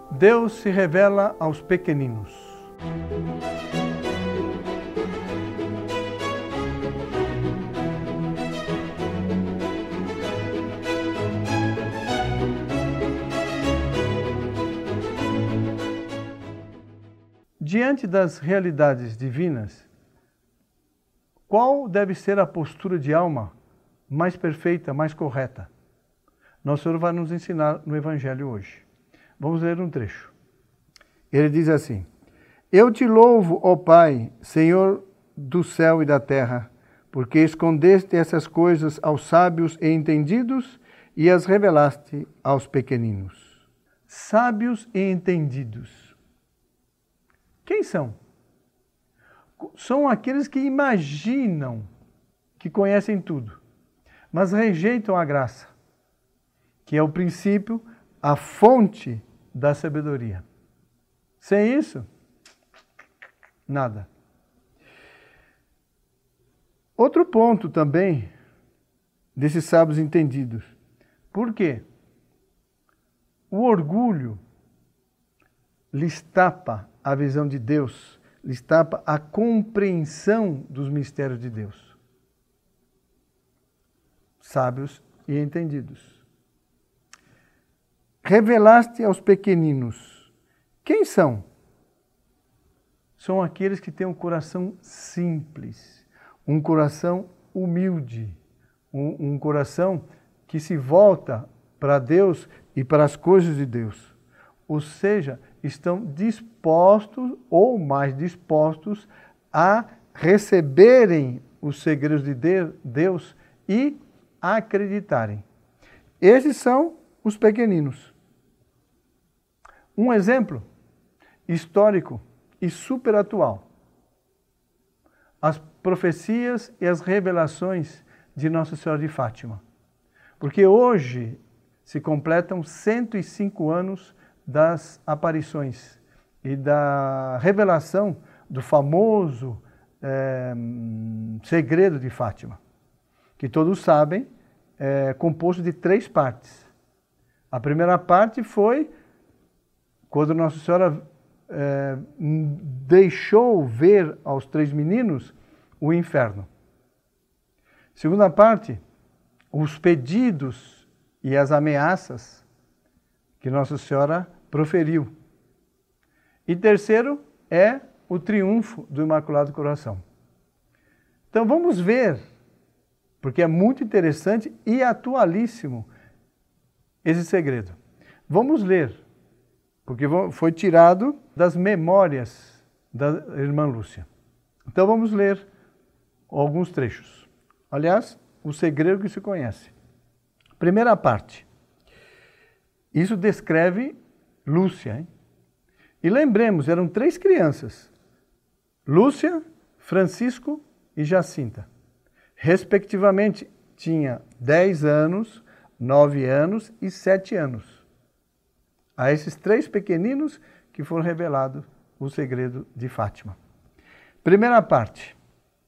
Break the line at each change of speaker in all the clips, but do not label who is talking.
Deus se revela aos pequeninos. Diante das realidades divinas, qual deve ser a postura de alma mais perfeita, mais correta? Nosso Senhor vai nos ensinar no Evangelho hoje. Vamos ler um trecho. Ele diz assim: Eu te louvo, ó Pai, Senhor do céu e da terra, porque escondeste essas coisas aos sábios e entendidos e as revelaste aos pequeninos. Sábios e entendidos. Quem são? São aqueles que imaginam que conhecem tudo, mas rejeitam a graça, que é o princípio, a fonte da sabedoria. Sem isso, nada. Outro ponto também desses sábios entendidos. Por quê? O orgulho lhes tapa a visão de Deus, lhes tapa a compreensão dos mistérios de Deus. Sábios e entendidos. Revelaste aos pequeninos. Quem são? São aqueles que têm um coração simples, um coração humilde, um coração que se volta para Deus e para as coisas de Deus. Ou seja, estão dispostos ou mais dispostos a receberem os segredos de Deus e acreditarem. Esses são os pequeninos. Um exemplo histórico e super atual. As profecias e as revelações de Nossa Senhora de Fátima. Porque hoje se completam 105 anos das aparições e da revelação do famoso segredo de Fátima, que todos sabem, é composto de 3 partes. A primeira parte foi quando Nossa Senhora deixou ver aos 3 meninos o inferno. Segunda parte, os pedidos e as ameaças que Nossa Senhora proferiu. E terceiro é o triunfo do Imaculado Coração. Então vamos ver, porque é muito interessante e atualíssimo esse segredo. Vamos ler, porque foi tirado das memórias da irmã Lúcia. Então vamos ler alguns trechos. Aliás, o segredo que se conhece. Primeira parte. Isso descreve Lúcia, hein? E lembremos, eram 3 crianças. Lúcia, Francisco e Jacinta. Respectivamente, tinha 10 anos, 9 anos e 7 anos. A esses 3 pequeninos que foram revelados o segredo de Fátima. Primeira parte.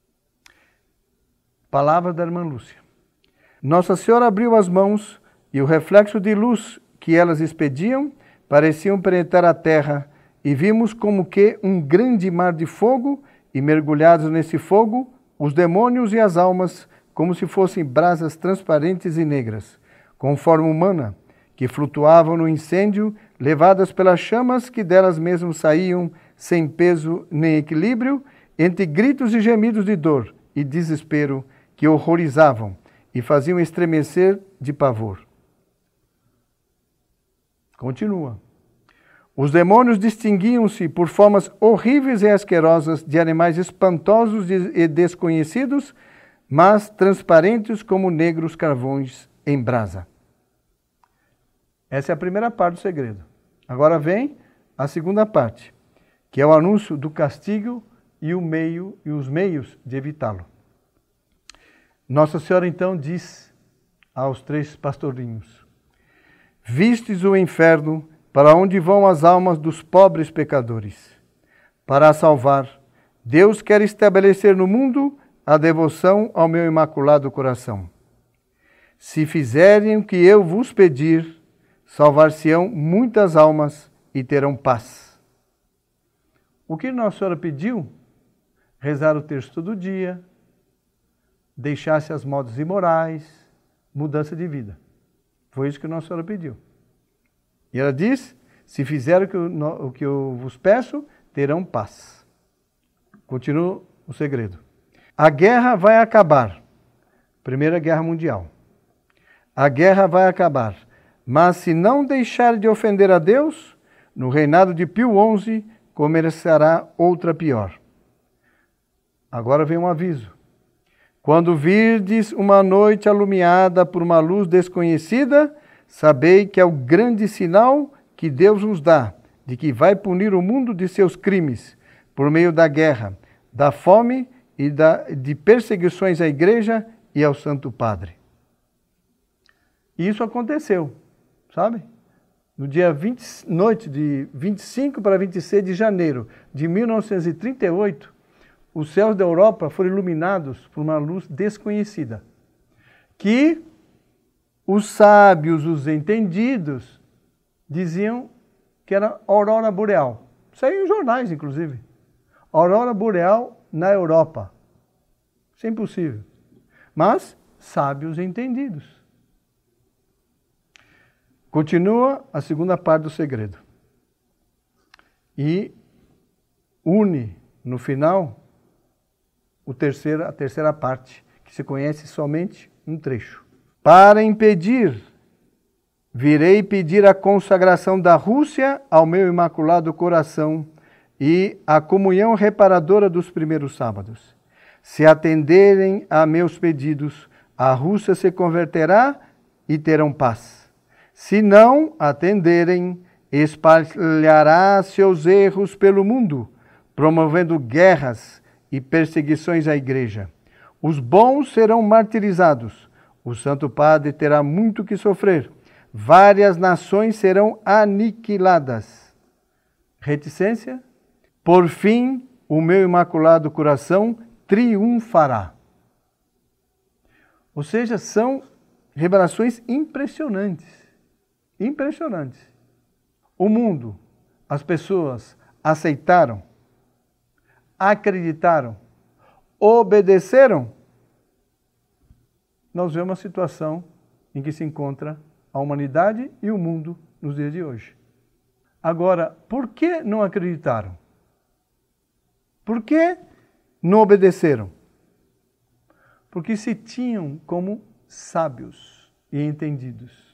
Palavra da irmã Lúcia. Nossa Senhora abriu as mãos e o reflexo de luz que elas expediam pareciam penetrar a terra e vimos como que um grande mar de fogo e mergulhados nesse fogo os demônios e as almas como se fossem brasas transparentes e negras, com forma humana, que flutuavam no incêndio, levadas pelas chamas que delas mesmas saíam sem peso nem equilíbrio, entre gritos e gemidos de dor e desespero que horrorizavam e faziam estremecer de pavor. Continua. Os demônios distinguiam-se por formas horríveis e asquerosas de animais espantosos e desconhecidos, mas transparentes como negros carvões em brasa. Essa é a primeira parte do segredo. Agora vem a segunda parte, que é o anúncio do castigo e os meios de evitá-lo. Nossa Senhora então diz aos 3 pastorinhos: Vistes o inferno para onde vão as almas dos pobres pecadores. Para a salvar, Deus quer estabelecer no mundo a devoção ao meu Imaculado Coração. Se fizerem o que eu vos pedir, salvar-se-ão muitas almas e terão paz. O que Nossa Senhora pediu? Rezar o terço todo dia, deixar-se as modos imorais, mudança de vida. Foi isso que Nossa Senhora pediu. E ela diz, se fizeram o que eu vos peço, terão paz. Continua o segredo. A guerra vai acabar. Primeira Guerra Mundial. A guerra vai acabar. Mas se não deixar de ofender a Deus, no reinado de Pio XI começará outra pior. Agora vem um aviso. Quando virdes uma noite alumiada por uma luz desconhecida, sabei que é o grande sinal que Deus nos dá, de que vai punir o mundo de seus crimes, por meio da guerra, da fome e de perseguições à Igreja e ao Santo Padre. E isso aconteceu, sabe? No dia noite de 25 para 26 de janeiro de 1938, os céus da Europa foram iluminados por uma luz desconhecida, que os sábios, os entendidos, diziam que era aurora boreal. Saiu em jornais, inclusive. Aurora boreal na Europa. Isso é impossível. Mas sábios entendidos. Continua a segunda parte do segredo. E une, no final, a terceira parte, que se conhece somente um trecho. Para impedir, virei pedir a consagração da Rússia ao meu Imaculado Coração e a comunhão reparadora dos primeiros sábados. Se atenderem a meus pedidos, a Rússia se converterá e terão paz. Se não atenderem, espalhará seus erros pelo mundo, promovendo guerras e perseguições à Igreja. Os bons serão martirizados. O Santo Padre terá muito que sofrer. Várias nações serão aniquiladas. Reticência? Por fim, o meu Imaculado Coração triunfará. Ou seja, são revelações impressionantes. Impressionantes. O mundo, as pessoas aceitaram, acreditaram, obedeceram. Nós vemos a situação em que se encontra a humanidade e o mundo nos dias de hoje. Agora, por que não acreditaram? Por que não obedeceram? Porque se tinham como sábios e entendidos.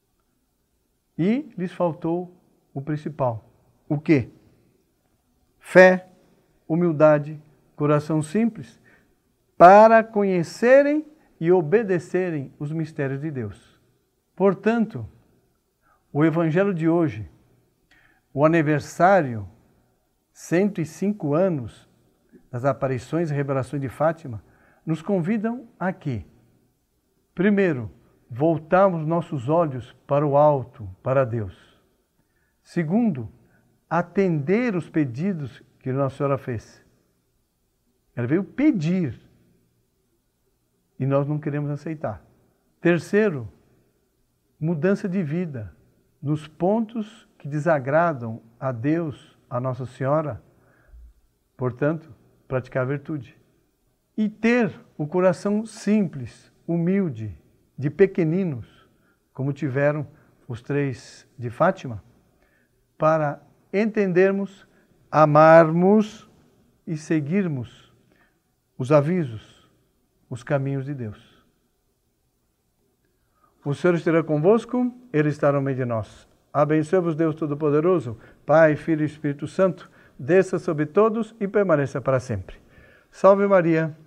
E lhes faltou o principal. O quê? Fé, humildade, coração simples, para conhecerem e obedecerem os mistérios de Deus. Portanto, o Evangelho de hoje, o aniversário, 105 anos das aparições e revelações de Fátima, nos convidam a quê? Primeiro, voltarmos nossos olhos para o alto, para Deus. Segundo, atender os pedidos que Nossa Senhora fez. Ela veio pedir e nós não queremos aceitar. Terceiro, mudança de vida nos pontos que desagradam a Deus, a Nossa Senhora. Portanto, praticar a virtude. E ter o coração simples, humilde, de pequeninos, como tiveram os 3 de Fátima, para entendermos, amarmos e seguirmos os avisos, os caminhos de Deus. O Senhor esteja convosco, Ele está no meio de nós. Abençoe-vos Deus Todo-Poderoso, Pai, Filho e Espírito Santo, desça sobre todos e permaneça para sempre. Salve Maria!